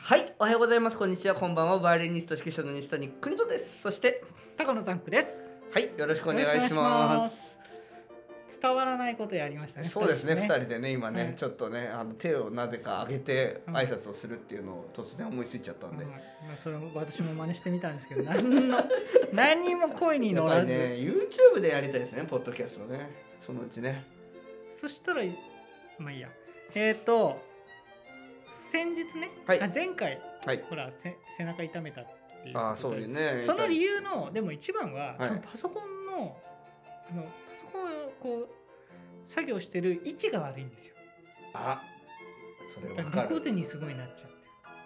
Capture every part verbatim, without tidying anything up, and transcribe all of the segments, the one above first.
はい、おはようございます。こんにちは、こんばんは。バイオリニスト指揮者の西谷邦人です。そして高野ザンクです。 はい、よろしくお願いします。 伝わらないことやりましたね。 そうですね、ふたりでね、今ね、 はい、 ちょっとね、あの手をなぜか上げて挨拶をするっていうのを突然思いついちゃったんで、 うんうん、まあ、それも私も真似してみたんですけど、何の何も声に乗らず。 やっぱりね、YouTube でやりたいですね、ポッドキャストね、そのうちね。 そしたら、まあいいや。えっ、ー、と、先日ね、 はい、 あ前回、 はい、 ほらせ背中痛めたっていう。 ああ、そうですね。 その理由の、でも一番は、 はい、 パソコンの、あのパソコンをこう作業してる位置が悪いんですよ。 あ、それ分かる。 猫背にすごいなっちゃって。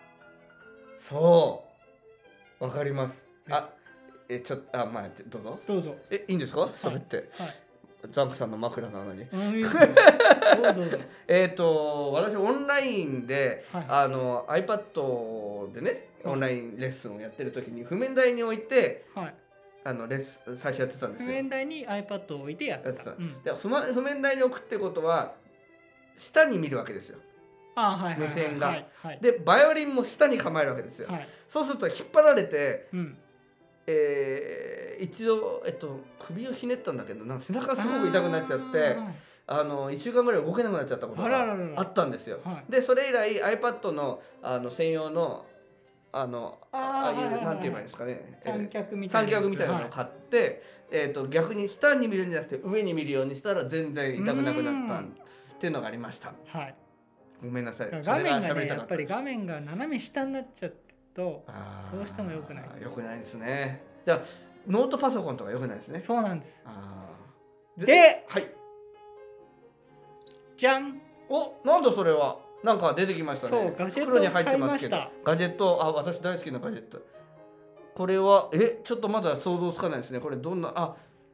そう、わかります。あ、え、ちょっと、あ、まあ、どうぞ。 どうぞ。 え、いいんですか？喋って。 はい。 ザンクさんの枕なのに。えっと私オンラインで、はい、あの iPad でね、オンラインレッスンをやってる時に譜面台に置いて、はい、あのレッスン最初やってたんですよ。 譜面台に iPad を置いてやってた。やってた。 うん、で譜面台に置くってことは下に見るわけですよ。 あ、はい、 目線が。 はいはい、 でバイオリンも下に構えるわけですよ。はい、そうすると引っ張られて、うん、えー、一度、えっと、首をひねったんだけどなんか背中すごく痛くなっちゃってあのいっしゅうかんぐらい動けなくなっちゃったことがあったんですよ。はい、でそれ以来 iPad の、あの専用のあの あ, ああいうなんて言えばいいんですかね、 三脚みたいな三脚みたいなのを買って、はい、えー、と逆に下に見るんじゃなくて上に見るようにしたら全然痛くなくなったっていうのがありました。はい、ごめんなさい。 画面がねやっぱり画面が斜め下になっちゃうとどうしても良くない。 良くないですね。じゃあノートパソコンとか良くないですね。 そうなんです。 あで、 はい。 じゃん。 お、なんだそれは。なんか出てきましたね。 そう、ガジェット袋に入ってますけど。ガジェット、あ、私大好きなガジェット。これは、え、ちょっとまだ想像つかないですね。これどんな、あ、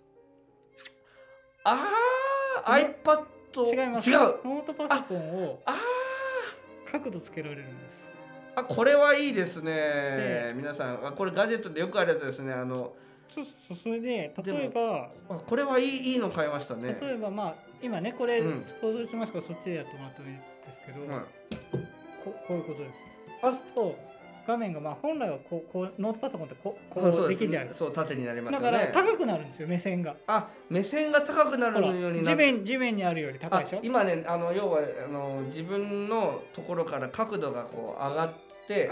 ああ、iPad。 違います。 違う。 ノートパソコンを角度つけられるんです。 あ、これはいいですね。皆さん、これガジェットでよくあるやつですね。あの。 そうそう、それで例えばあ、これはいいいいの買いましたね。 例えばまあ今ねこれ想像しますから、そっちでやってもらってもいいんですけど、うん、こ, こういうことです。そうすると画面がまあ本来はこうこうノートパソコンってこうこうできちゃう。 そう縦になりますよね。 だから高くなるんですよ、目線が。 あ、目線が高くなるようにな地面地面にあるより高いでしょ。 今ね、あの要はあの自分のところから角度がこう上がって。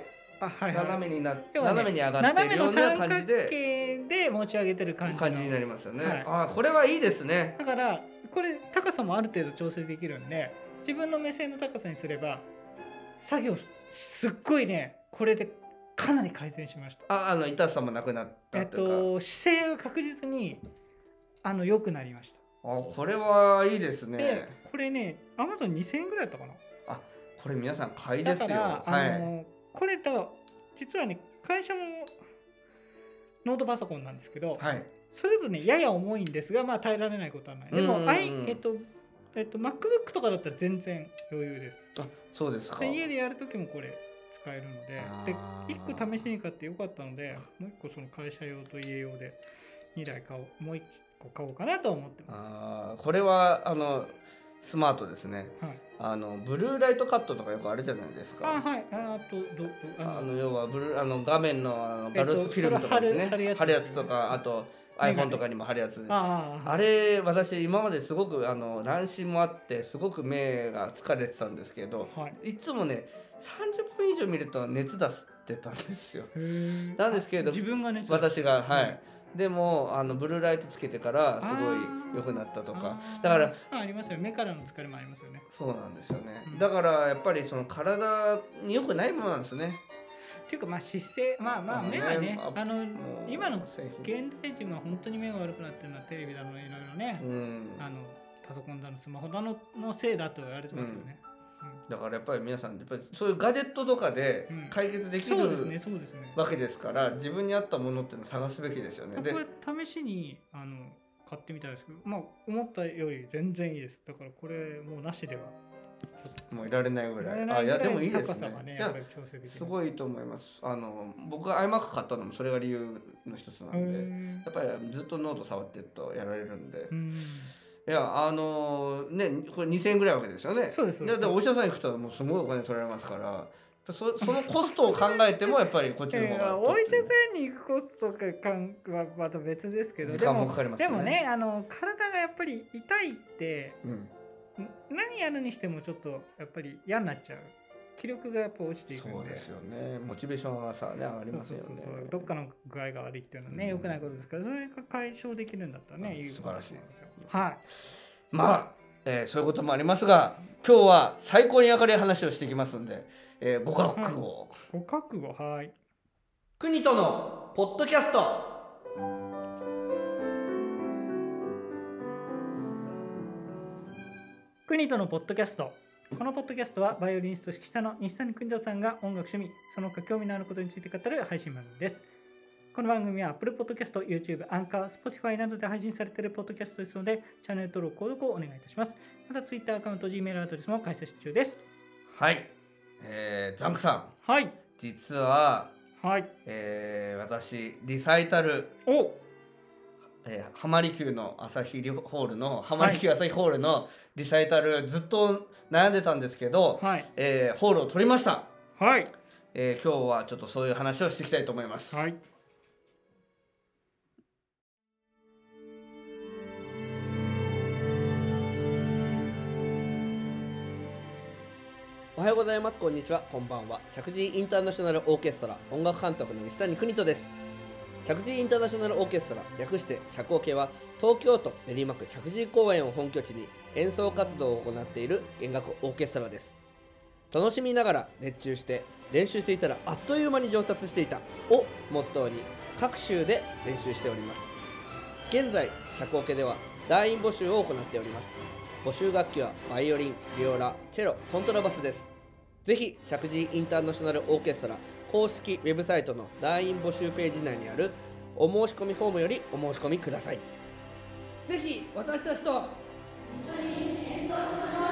あ、はいはい、斜めにな、ね、斜めに上がっているような感じでで持ち上げてる感じ感じになりますよね。はい、あ、これはいいですね。 だからこれ高さもある程度調整できるんで、自分の目線の高さにすれば作業すっごいね、これでかなり改善しました。 あ、あの痛さもなくなったというか、えっと、 姿勢が確実にあの良くなりました。 あ、これはいいですね。 でこれね、アマゾンにせんえんぐらいだったかな。 あ、これ皆さん買いですよ。 だから、はい、あのこれと実はね、会社もノートパソコンなんですけど、はい、それとねやや重いんですが、まあ耐えられないことはない。でも、I、えっとえっと MacBook とかだったら全然余裕です。 あ、そうですか。 で家でやるときもこれ使えるので、でいっこ試しに買ってよかったので、もういっこその会社用と家用でにだい買おう、もういっこ買おうかなと思ってます。 あ、これはあのスマートですね。はい、あのブルーライトカットとかよくあるじゃないですか。 あ、はい。あとどあの要はブルあの画面のあのガラスフィルムとかですね。えっと、貼るやつとか、あと iPhone とかにも貼るやつ。あ, あれ私今まですごくあの乱視もあってすごく目が疲れてたんですけど、はい、いつもねさんじゅっぷん以上見ると熱出してたんですよ。なんですけれど自分がね、 私がはい。うん、でもあのブルーライトつけてからすごい良くなったとか、だからあ, ありますよ、目からの疲れもありますよね。 そうなんですよね、うん、だからやっぱりその体に良くないものなんですね。 っていうかまあ姿勢、まあまあ目はね、あの今の現代人は本当に目が悪くなってるのはテレビだのいろいろね、うん、あのパソコンだのスマホだののせいだと言われてますよね。うんうん、だからやっぱり皆さんやっぱりそういうガジェットとかで解決できる、うん、わけですから自分に合ったものっていうのを探すべきですよね。 でこれ試しにあの買ってみたいですけど、まあ思ったより全然いいです。だからこれもうなしではもういられないぐらい。あ、いやでもいいですね。ね、いやすごいと思います。あの僕が iMac 買ったのもそれが理由の一つなんで、やっぱりずっとノート触ってるとやられるんで。うんいやあのー、ねこれにせんえんぐらいわけですよね。 そうです。 でお医者さん行くともうすごいお金取られますからそ, そのコストを考えてもやっぱりこっちの方がお医者さんに行くコストはまた別ですけど、 時間もかかりますね。 でもね、あの体がやっぱり痛いって、うん、何やるにしてもちょっとやっぱり嫌になっちゃう。気力がやっぱ落ちていくんで。 そうですよね。モチベーションがさ、ね、上がりますよね。そうそうそう、 どっかの具合が悪いっていうのはね、良、うん、くないことですから、それが解消できるんだったらね、いい素晴らしい。 はい。 まあ、えー、そういうこともありますが、今日は最高に明るい話をしていきますので、えー、ご覚悟を。 はい、ご覚悟、はい。 国とのポッドキャスト。 国とのポッドキャスト。このポッドキャストはバイオリニスト指揮者の西谷邦人さんが音楽趣味、その他興味のあることについて語る配信番組です。この番組は Apple Podcast、YouTube、Anchor、Spotify などで配信されているポッドキャストですので、チャンネル登録、購読をお願いいたします。また Twitter アカウント、Gmail アドレスも開設中です。 はい。えー、ザンクさん。 はい。 実は、 はい。 えー、私、リサイタル。 おえー、浜離宮の朝日ホールの浜離宮朝日ホールのリサイタルずっと悩んでたんですけど、はい、えー、ホールを取りました。 はい、 えー、今日はちょっとそういう話をしていきたいと思います。 はい。 おはようございます。こんにちは。こんばんは。石神井インターナショナルオーケストラ音楽監督の西谷邦人です。石神井インターナショナルオーケストラ、略して社交系は、東京都練馬区石神井公園を本拠地に演奏活動を行っている弦楽オーケストラです。楽しみながら熱中して練習していたらあっという間に上達していたをモットーに各州で練習しております。現在、社交系では団員募集を行っております。募集楽器はバイオリン、ビオラ、チェロ、コントラバスです。ぜひ石神井インターナショナルオーケストラ公式ウェブサイトの団員募集ページ内にあるお申し込みフォームよりお申し込みください。ぜひ私たちと一緒に演奏しましょう。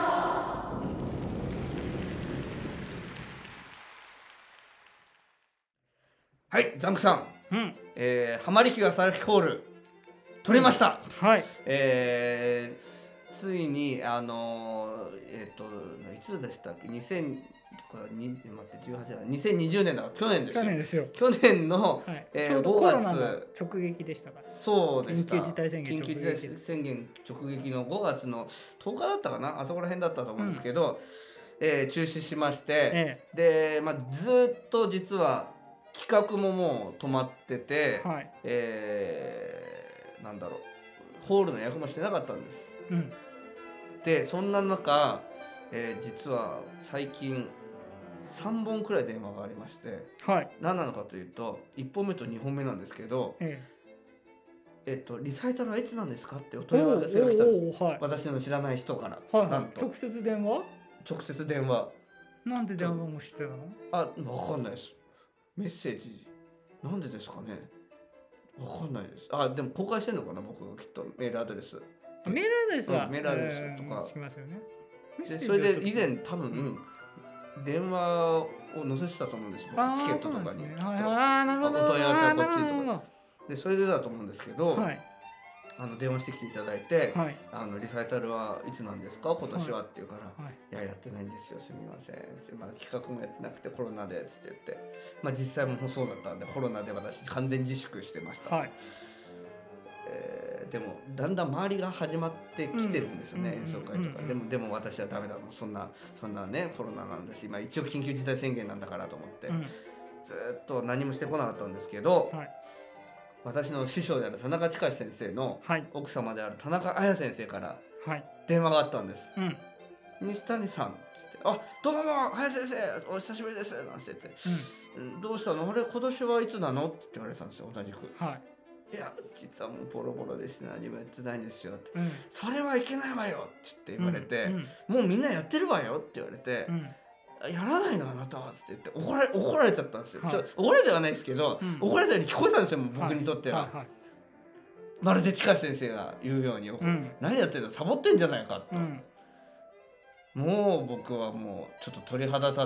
はい、ザンクさん、うん、えー、浜離宮朝日ホール取りました。 うん、はい。 えー、ついにあのー、えっ、ー、といつでしたっけ、にせんこれに待ってじゅうはちねん、にせんにじゅうねんだから去年ですよ。 去年ですよ。 去年の、 はい、えー、ちょうどコロナの直撃でしたから。 そうでした。 緊急事態宣言。 緊急事態宣言直撃のごがつのとおかだったかな、あそこら辺だったと思うんですけど、うん、えー、中止しまして、ええ、で、まあ、ずっと実は企画ももう止まってて、はい、えー、なんだろう、ホールの役もしてなかったんです。うん、でそんな中、えー、実は最近さんぼんくらい電話がありまして、はい、何なのかというといっぽんめとにほんめなんですけど、えええっと、リサイタルはいつなんですかってお問い合わせが来たんです。はい、私の知らない人から、 はい、なんと直接電話直接電話。 なんで電話もしてたの？ あ、分かんないです。メッセージなんでですかね、分かんないです。あ、でも公開してんのかな、僕がきっとメールアドレス。 メールアドレスは、 うん、メールアドレスとか、 えー、しますよね。 でそれで以前多分、うん電話を載せてたと思うんですよ、チケットとかに。 ああ、なるほど。 お問い合わせはこっちとかで、それでだと思うんですけど、はい、あの電話してきていただいて、はい、あのリサイタルはいつなんですか今年はって言うから、はい、いややってないんですよ、すみません、まだ企画もやってなくてコロナでっつって言って、まあ、実際もそうだったんでコロナで私完全自粛してました、はい、えー、でもだんだん周りが始まってきてるんですよね、うん、演奏会とか、うん、でもでも私はダメだもん、そんなそんなねコロナなんだし、まあ、一応緊急事態宣言なんだからと思って、うん、ずっと何もしてこなかったんですけど、はい、私の師匠である田中親先生の奥様である田中彩先生から電話があったんです、はい、西谷さんって言って、あ、どうも彩先生お久しぶりですなんて言って、うん、どうしたの、あれ今年はいつなのって言われたんですよ、同じく、はい、いや実はもうボロボロでして何もやってないんですよって、うん、それはいけないわよって言われて、うんうん、もうみんなやってるわよって言われて、うん、やらないのあなたはって言って怒られ、怒られちゃったんですよ、はい、ちょ怒られてはないですけど、うん、怒られたように聞こえたんですよ、もう僕にとっては、はいはいはい、まるで近先生が言うように、うん、何やってんのサボってんじゃないかと、うん、もう僕はもうちょっと鳥肌立って、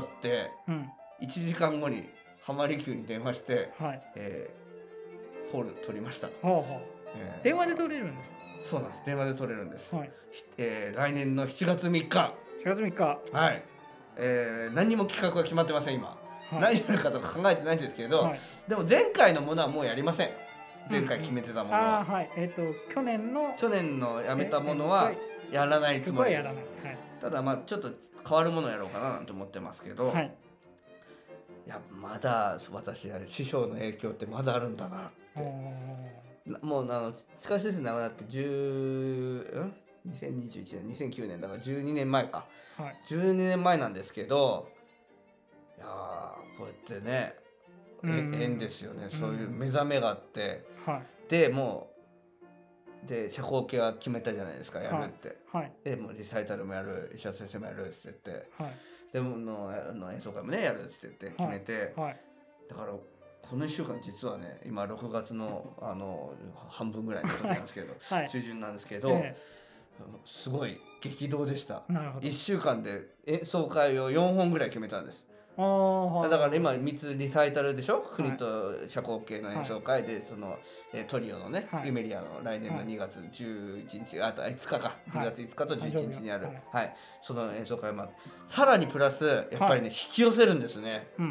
うん、いちじかんごに浜離宮に電話して、はい、えー、ホール取りました、はあはあ、 えー、電話で取れるんですか？ そうなんです、電話で取れるんです、はい、えー、来年のしちがつみっかしちがつみっか、 はい、えー、何にも企画が決まってません今はい、何やるかとか考えてないんですけど、はい、でも前回のものはもうやりません。前回決めてたものは、うんうん、 あはい、えっ、ー、と去年の去年のやめたものはやらないつもりです。はい、ただまあちょっと変わるものをやろうかななんて思ってますけど、はい、いやまだ私は師匠の影響ってまだあるんだなって。もうあの近し先生亡くなってじゅう、んにせんにじゅういちねんにせんきゅうねんだからじゅうにねんまえか、はい、じゅうにねんまえなんですけど、いやこうやってね、うん、縁ですよね、うん、そういう目覚めがあって、はい、でもうで社交系は決めたじゃないですか、やるって、はいはい、でもうリサイタルもやる、石田先生もやるって言って、はい、でものの演奏会もねやるって言って決めて、はいはい、だからこのいっしゅうかん実はね今ろくがつ の, あの半分ぐらいの時なんですけど、はい、中旬なんですけど、えー、すごい激動でした。いっしゅうかんで演奏会をよんほんぐらい決めたんです。あ、はい、だから今みっつリサイタルでしょ、はい、国と社交系の演奏会で、はい、そのえトリオのね、はい、ユメリアの来年のにがつじゅういちにち、あといつかか、はい、にがついつかとじゅういちにちにある、はいはい、その演奏会もさらにプラスやっぱりね、はい、引き寄せるんですね、うん、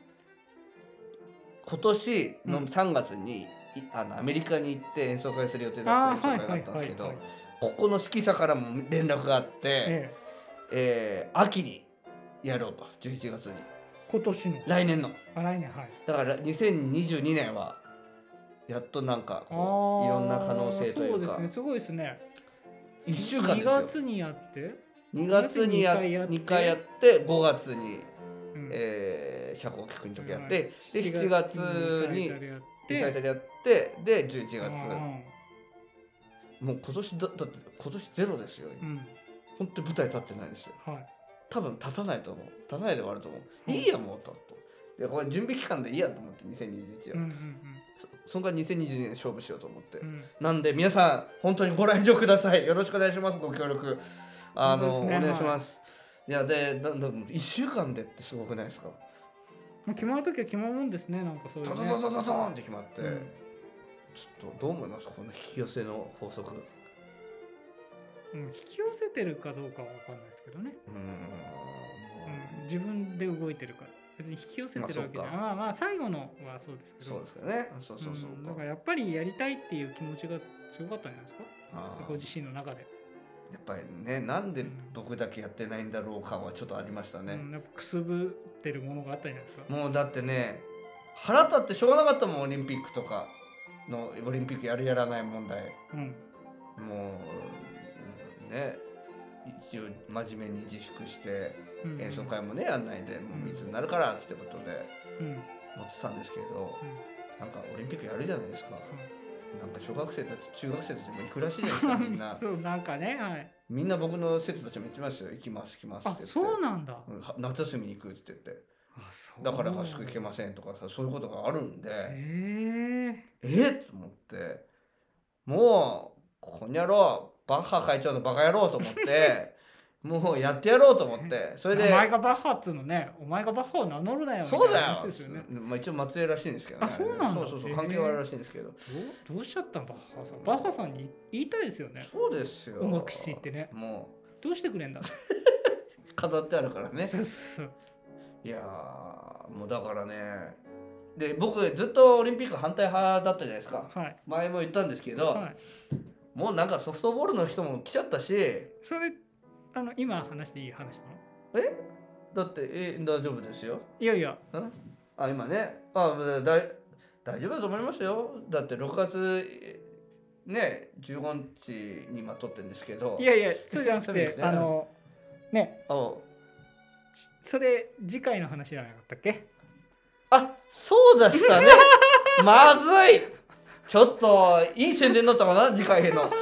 今年のさんがつに、うん、あのアメリカに行って演奏会する予定だった演奏会があったんですけど、ここの指揮者からも連絡があって、えええー、秋にやろうと、じゅういちがつに、 今年の来年のあ来年、はい、 だからにせんにじゅうにねんはやっとなんかこういろんな可能性というか、 そうですね、すごいですね。 いっしゅうかんですよ。 にがつにやってにがつにやにかいやってごがつに、うん、えー、社交企画の時やって、うん、でしちがつにリサイタルやってでじゅういちがつ、うん、もう今年だだって今年ゼロですよ、うん、本当に舞台立ってないですよ、はい、多分立たないと思う、立たないで終わると思う、うん、いいやもうといやこれ準備期間でいいやと思ってにせんにじゅういちは、うんうんうん、そ, そのからにせんにじゅうにねん勝負しようと思って、うん、なんで皆さん本当にご来場ください、よろしくお願いします、ご協力あの、ね、お願いします、はい、いやでだだいっしゅうかんでってすごくないですか。 決まるときは決まるもんですね、なんかそういうね、 ドドドドドーンって決まって、うん、ちょっとどう思いますかこの引き寄せの法則。 うん、引き寄せてるかどうかは分かんないですけどね、うん、うん、自分で動いてるから別に引き寄せてるわけじゃない、まあ、まあまあ最後のはそうですけど、 そうですかね、そうそうそう、うん、 だからやっぱりやりたいっていう気持ちが強かったんじゃないですか、ご自身の中で。 やっぱりね、なんで僕だけやってないんだろう感はちょっとありましたね、うん、 やっぱくすぶってるものがあったんじゃないですか。 もうだってね腹立ってしょうがなかったもん、オリンピックとかのオリンピックやるやらない問題、うん、もうね一応真面目に自粛して、うんうん、演奏会もねやんないでもう密になるからってことで持ってたんですけど、うん、なんかオリンピックやるじゃないですか、うん、なんか小学生たち中学生たちも行くらしいじゃないですかみんなそうなんかね、はい、 みんな僕の生徒たちも言ってましたよ、行きます行きますって言って。 あ、そうなんだ、 うん、夏休みに行くって言って、あそうだから合宿行けませんとかさ、そういうことがあるんで、えー、えっと思って、もうここにやろうバッハ会長のバカ野郎と思ってもうやってやろうと思って、それでお前がバッハっつうのね、お前がバッハを名乗るなよみたいな話ですよね。 まあ一応末裔らしいんですけどね。 あ、そうなんだ。 そうそうそう、関係はあるらしいんですけど。どう、どうしちゃったんバッハさん。バッハさんに言いたいですよね。 そうですよ。 音楽室行ってね。もうどうしてくれんだ。 飾ってあるからね。そうそういやーもうだからね。で僕ずっとオリンピック反対派だったじゃないですか。はい、前も言ったんですけど、はい、もうなんかソフトボールの人も来ちゃったし。 それあの今話していい話なの？ え？だってえ大丈夫ですよ。 いやいや。 ん？あ今ねあだ大丈夫だと思いますよ。だってろくがつねじゅうごにちに今撮ってるんですけど。 いやいやそうじゃなくて、ね、あのね。あそれ次回の話じゃなかったっけ？ あそうでしたね。まずい。ちょっといい宣伝だったかな次回への。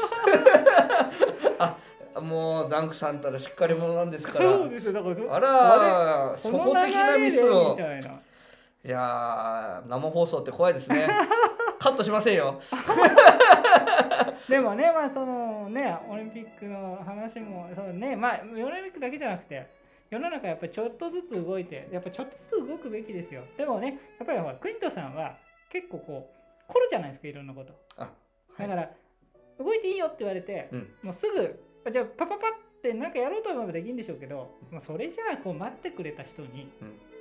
あもうザンクさんたらしっかり者なんですから。そうですよだからあら初歩的なミスを。みたいないや生放送って怖いですね。カットしませんよ。 でもねまあそのねオリンピックの話もそうねまあオリンピックだけじゃなくて世の中やっぱりちょっとずつ動いてやっぱちょっとずつ動くべきですよ。でもねやっぱりほらクリントさんは結構こう凝るじゃないですかいろんなこと。あ、はい、だから動いていいよって言われて、うん、もうすぐじゃあパパパってなんかやろうと思えばできるんでしょうけど、まあ、それじゃあこう待ってくれた人に、うん、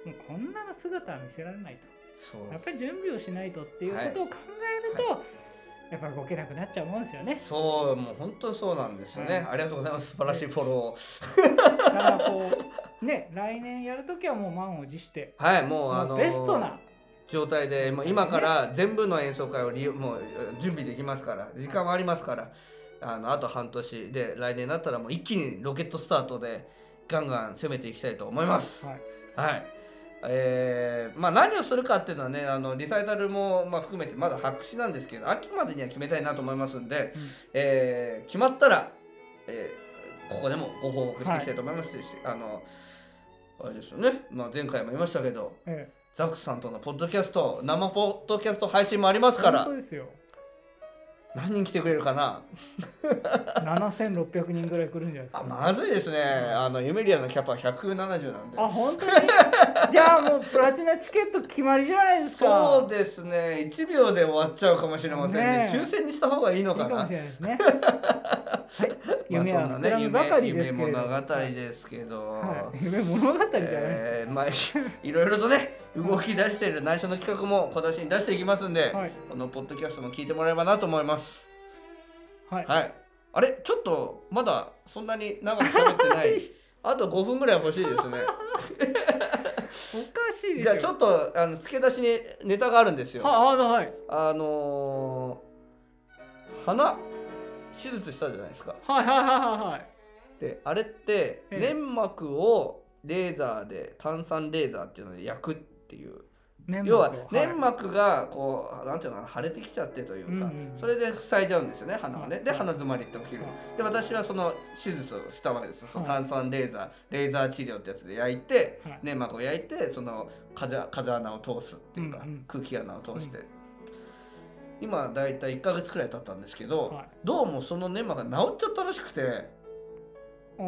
もうこんな姿は見せられないと、そうやっぱり準備をしないとっていうことを考えると、はいはい、やっぱり動けなくなっちゃうもんですよね。 そう、もう本当そうなんですよね、うん、ありがとうございます。素晴らしいフォロー。 だからこうね、来年やるときはもう満を持して、 はい、もうあのー、 ベストな状態で、もう今から全部の演奏会を利用もう準備できますから、時間はありますから、あのあと半年で来年になったらもう一気にロケットスタートでガンガン攻めていきたいと思います。はい、はい、えー、まあ何をするかっていうのはね、あのリサイタルもまあ含めてまだ白紙なんですけど、秋までには決めたいなと思いますんで、うん、えー、決まったら、えー、ここでもご報告していきたいと思いますし、はい、あのあれですよね、まあ、前回も言いましたけど、ええ、ザックさんとのポッドキャスト、生ポッドキャスト配信もありますから、 本当ですよ。 何人来てくれるかな。 ななせんろっぴゃくにんぐらい来るんじゃないですか。 あ、まずいですね。あのユメリアのキャパひゃくななじゅうなんで。 あ、本当に。じゃあもうプラチナチケット決まりじゃないですか。 そうですね。いちびょうで終わっちゃうかもしれませんね。ね、抽選にした方がいいのかな。いいかもしれないですね。はい、夢は膨らむばかりですけど、 夢物語ですけど、 はい、夢物語じゃないですか、 えー、まあいろいろとね動き出している内緒の企画も今年に出していきますんで、はい、このポッドキャストも聞いてもらえればなと思います。はい、はい、あれちょっとまだそんなに長く喋ってないあとごふんぐらい欲しいですね。 おかしいですよ。 じゃあちょっとあの付け出しにネタがあるんですよ。 はあ、はい、 あのー、鼻手術したじゃないですか。 はいはいはいはいはい。 であれって粘膜をレーザーで炭酸レーザーっていうので焼くっていう、要は粘膜がこうなんていうのかな、腫れてきちゃってというか、うんうん、それで塞いじゃうんですよね、鼻がね。で鼻詰まりって起きる。で私はその手術をしたわけです。その炭酸レーザーレーザー治療ってやつで焼いて、はい、粘膜を焼いてその 風, 風穴を通すっていうか、うんうん、空気穴を通して、うん、今だいたいいっかげつくらい経ったんですけど、はい、どうもその粘膜が治っちゃったらしくて、 うん、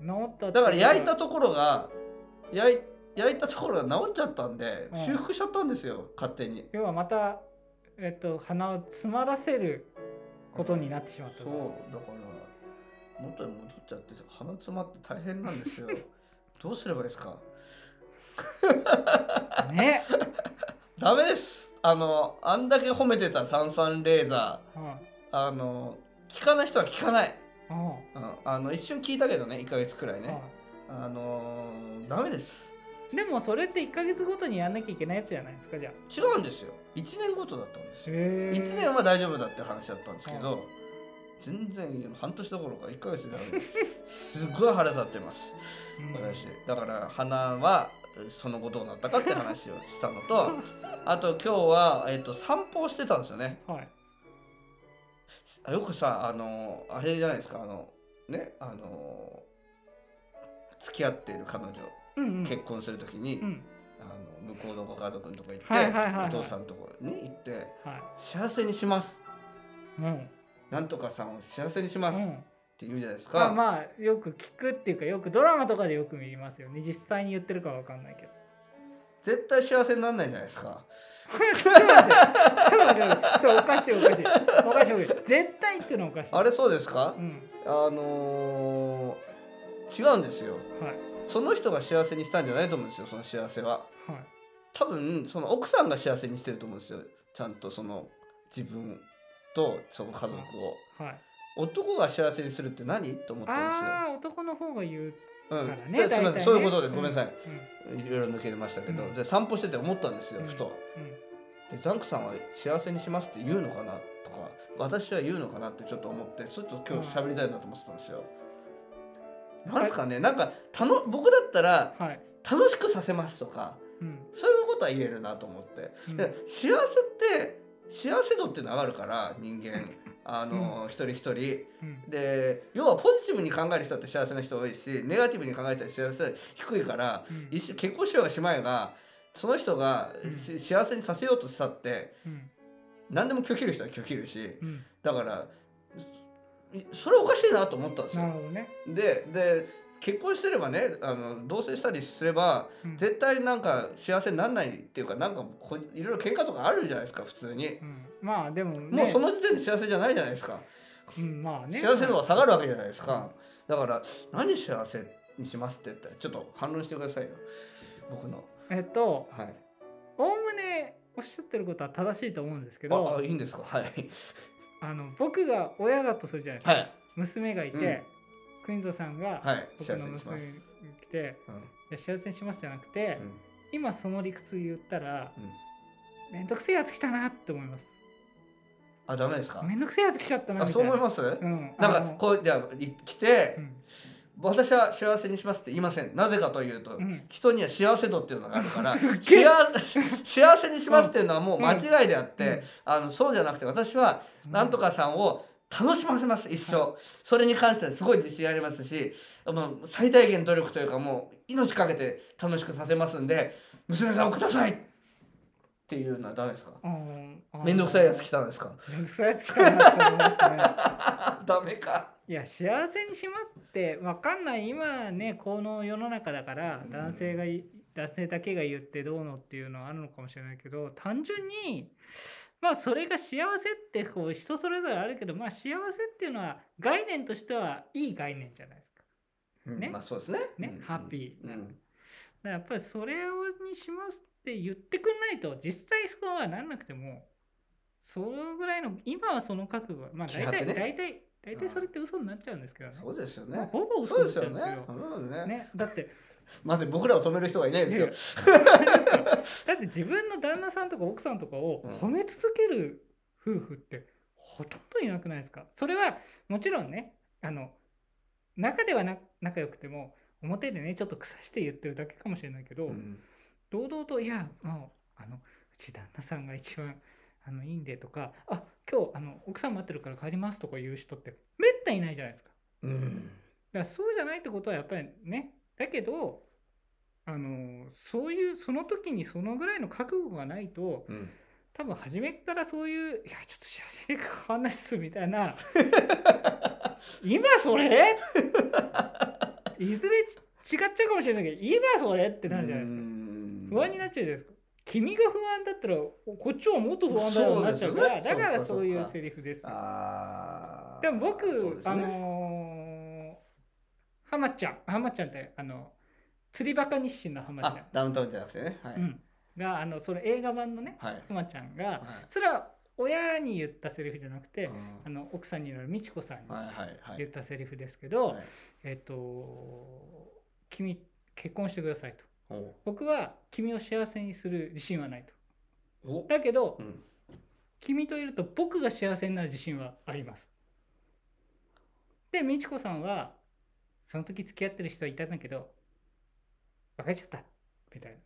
治っただから焼いたところが焼い焼いたところが治っちゃったんで、うん、修復しちゃったんですよ、勝手に。 要はまた、えっと、鼻を詰まらせることになってしまった。 そうだから元に戻っちゃって鼻詰まって大変なんですよ。どうすればいいですか。 ね。 ダメです。あのあんだけ褒めてた炭酸レーザー、うん、あの効かない人は効かない。うん、あの一瞬聞いたけどね、いっかげつくらいね、あのー、ダメです。 でもそれっていっかげつごとにやんなきゃいけないやつじゃないですか。じゃあ違うんですよ、いちねんごとだったんですよ。いちねんは大丈夫だって話だったんですけど、全然半年どころかいっかげつでダメですすごい腹立ってます、うん、私。だから鼻はその後どうなったかって話をしたのとあと今日は、えー、と散歩をしてたんですよね、はい、よくさ、あのあれじゃないですか、あのね、あの付き合っている彼女、うんうん、結婚するときに、うん、あの向こうのご家族のとこ行って、はいはいはいはい、お父さんのとこに行って、はい、幸せにします、うん、なんとかさんを幸せにします、うん、って言うじゃないですか。 まあ、まあよく聞くっていうか、よくドラマとかでよく見ますよね。実際に言ってるかわかんないけど、 絶対幸せにならないじゃないですか。 ちょっと待って、ちょっと待って、そうおかしいおかしいおかしいおかしい、絶対っていうのはおかしい。 あれそうですか、うん、あのー、違うんですよ、はい、その人が幸せにしたんじゃないと思うんですよ、その幸せは、はい、多分その奥さんが幸せにしてると思うんですよ、ちゃんとその自分とその家族を、はい、男が幸せにするって何と思ったんですよ。 ああ、男の方が言うからね、 うん、ですみません、そういうことです、ごめんなさい、うん、いろいろ抜けましたけど、うん、で散歩してて思ったんですよ、ふと、うん、でザンクさんは幸せにしますって言うのかなとか、私は言うのかなってちょっと思って、ちょっと今日喋りたいなと思ってたんですよ。なんですかね、なんかたの僕だったら、はい、楽しくさせますとか、うん、そういうことは言えるなと思って、うん、で幸せって幸せ度っていうのが上がるから人間あの、うん、一人一人、うん、で要はポジティブに考える人って幸せな人多いし、ネガティブに考える人は幸せ低いから、うん、一緒結婚しようがしまいがその人が、うん、幸せにさせようとしたって、うん、何でも拒否る人は拒否るし、うん、だからそれおかしいなと思ったんですよ。 なるほどね。 でで結婚してればね、あの同棲したりすれば、うん、絶対なんか幸せにならないっていうか、なんかいろいろ喧嘩とかあるじゃないですか普通に、うん、 まあでも、ね、 もうその時点で幸せじゃないじゃないですか、うんまあね、幸せ度は下がるわけじゃないですか、うん、だから何幸せにしますって言ったらちょっと反論してくださいよ、僕のえっとおおむねおっしゃってることは正しいと思うんですけど、 ああいいんですか。はいあの僕が親だとするじゃないですか、はい、娘がいて、うん、クインゾーさんが僕の娘に来て、はい、いや幸せにしますじゃなくて、うん、今その理屈言ったら、うん、めんどくせえやつ来たなって思います。 あ、ダメですか。 めんどくせえやつ来ちゃったなみたいな。あ、 そう思います、うん、なんかこうじゃあ来て、うん、私は幸せにしますって言いません。なぜかというと、うん、人には幸せ度っていうのがあるから幸せにしますっていうのはもう間違いであって、うんうん、あのそうじゃなくて、私はなんとかさんを楽しませます一生、はい、それに関してはすごい自信ありますし、もう最大限努力というかもう命かけて楽しくさせますんで、娘さんをくださいっていうのはダメですか。めんどくさいやつ来たんですか。 めんどくさいやつ来たなと思いますねダメか。 いや幸せにしますって分かんない。今ねこの世の中だから男性が、うん、男性だけが言ってどうのっていうのはあるのかもしれないけど、単純にまあそれが幸せってこう人それぞれあるけど、まあ幸せっていうのは概念としてはいい概念じゃないですか、 うん、ね、まあそうですね。 ね、 うん、 ハッピーな、うん、だからやっぱりそれをにしますって言ってくんないと実際そうはなんなくても、そのぐらいの今はその覚悟、まあ大体、ね、大体大体それって嘘になっちゃうんですけどね。 そうですよね。 まあ、ほぼ嘘になっちゃうんですよ。 そうですよね。 ね、だってまず僕らを止める人がいないですよ。 だって自分の旦那さんとか奥さんとかを褒め続ける夫婦ってほとんどいなくないですか。それはもちろんね、あの中ではな仲良くても表でねちょっと腐して言ってるだけかもしれないけど、うん、堂々といやもうあのうち旦那さんが一番あのいいんでとか、あ今日あの奥さん待ってるから帰りますとか言う人ってめったにいないじゃないですか。うん、だからそうじゃないってことはやっぱりね、だけどあのそういうその時にそのぐらいの覚悟がないと、うん、多分初めからそういういやちょっと幸せに変わんないっすみたいな今それいずれ違っちゃうかもしれないけど今それってなるじゃないですか。不安になっちゃうじゃないですか。君が不安だったらこっちはもっと不安だようになっちゃうから、ね、だからそういうセリフですよ。あでも僕、ね、あのー、浜ちゃん浜ちゃんってあの釣りバカ日誌の浜ちゃん、 ダウンタウンじゃなくてね、はい、うん、 があのその映画版のね、はい、浜ちゃんが、はい、それは親に言ったセリフじゃなくて、うん、あの奥さんになる美智子さんに言ったセリフですけど、はいはいはい、えっと君結婚してくださいと。僕は君を幸せにする自信はないと。だけど、うん、君といると僕が幸せになる自信はあります。で美智子さんはその時付き合ってる人はいたんだけど別れちゃったみたい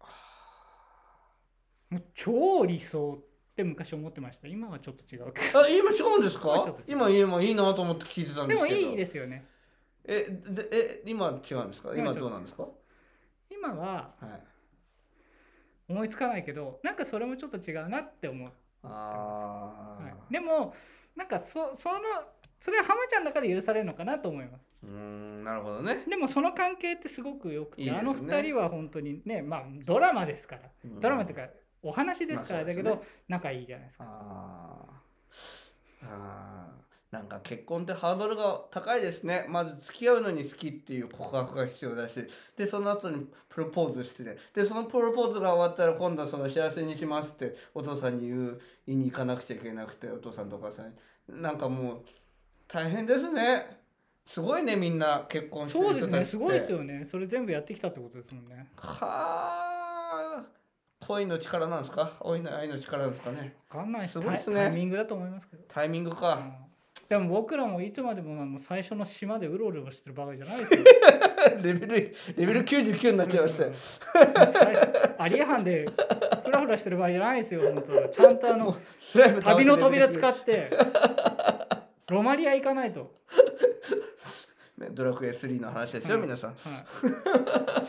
な。もう超理想って昔思ってました。今はちょっと違うけど。 あ、今違うんですか。今言えばいいなと思って聞いてたんですけど。 でもいいですよね。 えでえ今違うんですか。今どうなんですか。 今は、はい、思いつかないけどなんかそれもちょっと違うなって思ってます。あ、はい、でもなんか そ, そのそれは浜ちゃんだから許されるのかなと思います。 うーん、なるほどね。 でもその関係ってすごくよくて、いいですね、あのふたりは本当にね、まあドラマですから、ドラマっていうかお話ですから、だけど、ね、仲いいじゃないですか。ああ、なんか結婚ってハードルが高いですね。まず付き合うのに好きっていう告白が必要だし、でその後にプロポーズして、ね、でそのプロポーズが終わったら今度はその幸せにしますってお父さんに言う言いに行かなくちゃいけなくて、お父さんとお母さんになんかもう大変ですね。すごいね、みんな結婚してる人たちって。そうですね、 すごいですよね。それ全部やってきたってことですもんね。 はあ、恋の力なんですか、愛の力なんですかね。 分かんないです。すごいですね。タイミングだと思いますけど。 タイミングか。 うん、でも僕らもいつまでもあの最初の島でうろうろしてる場合じゃないですよ。 レベルレベルきゅうじゅうきゅうになっちゃいましたよ。 アリアハンでフラフラしてる場合じゃないですよ。本当ちゃんとあの旅の扉使ってロマリア行かないと。 ドラクエスリーの話ですよ、はい、皆さん、はい、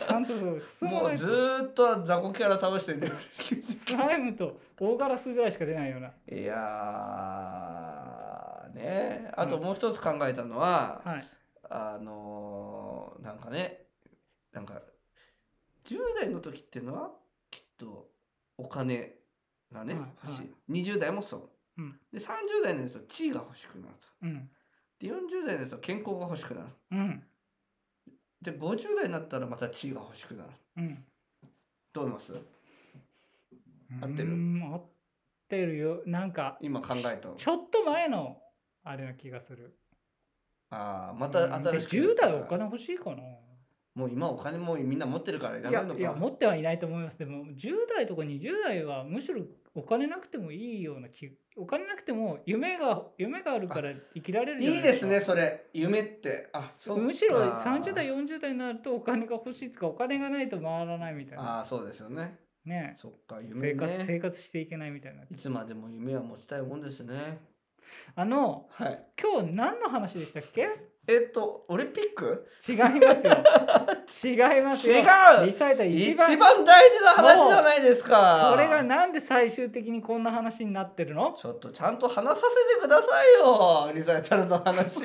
ちゃんともうずっと雑魚キャラ倒してる。 スライムと大ガラスぐらいしか出ないような。 いやーね、あともう一つ考えたのは、はい、あのー、なんかね、なんかじゅう代の時っていうのはきっとお金がね、はい、欲しい、はい、にじゅう代もそう、うん、でさんじゅう代になると地位が欲しくなると、うん、でよんじゅう代になると健康が欲しくなる、うん、でごじゅう代になったらまた地位が欲しくなる、うん、 どう思います？合ってる？ 合ってるよ。なんか今考えたちょっと前のあれな気がする。 ああ、また新しく。 じゅう代お金欲しいかな。 もう今お金もみんな持ってるからいらないのか。いや、いや持ってはいないと思います。でもじゅう代とかにじゅう代はむしろお金なくてもいいような気。お金なくても夢が夢があるから生きられるじゃないですか。いいですね、それ。夢って。あ、そうむしろさんじゅう代よんじゅう代になるとお金が欲しいつか、お金がないと回らないみたいな。 ああ、そうですよね。 ね。 そっか、夢ね。 生活生活していけないみたいな。 いつまでも夢は持ちたいもんですね。 あの、はい、今日何の話でしたっけ？ えっと、オリンピック？ 違いますよ。違いますよ。 違う。 リサイタル一番一番大事な話じゃないですか。 それがなんで最終的にこんな話になってるの？ ちょっとちゃんと話させてくださいよ。リサイタルの話。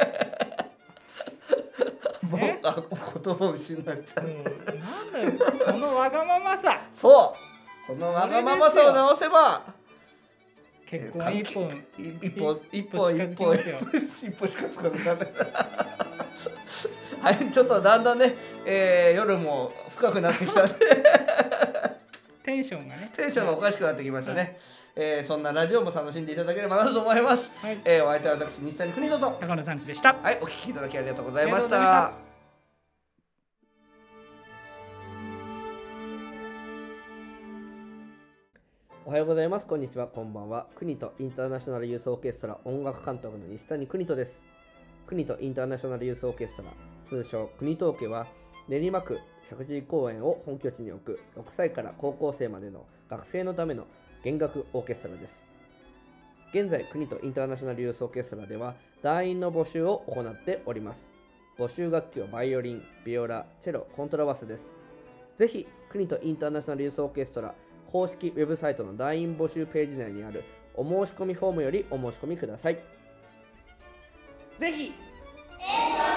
もうあ言葉を失っちゃって。 なんだよ、このわがままさ。 そう。このわがままさを直せば。 結婚一本一本一本一本一本しかつかない。はい、ちょっとだんだんね、えー、夜も深くなってきたんでテンションがねテンションがおかしくなってきましたね、はい、えー、そんなラジオも楽しんでいただければなと思います、はい、えー、お相手は私西谷邦人と高野さんでした。 はい、お聞きいただきありがとうございました。おはようございます。こんにちは。こんばんは。国とインターナショナルユースオーケストラ音楽監督の西谷邦人です。国とインターナショナルユースオーケストラ、通称国東家は、練馬区石神井公園を本拠地に置くろくさいから高校生までの学生のための弦楽オーケストラです。現在、国とインターナショナルユースオーケストラでは、団員の募集を行っております。募集楽器はバイオリン、ビオラ、チェロ、コントラバスです。ぜひ、国とインターナショナルユースオーケストラ公式ウェブサイトの団員募集ページ内にあるお申し込みフォームよりお申し込みください。ぜひ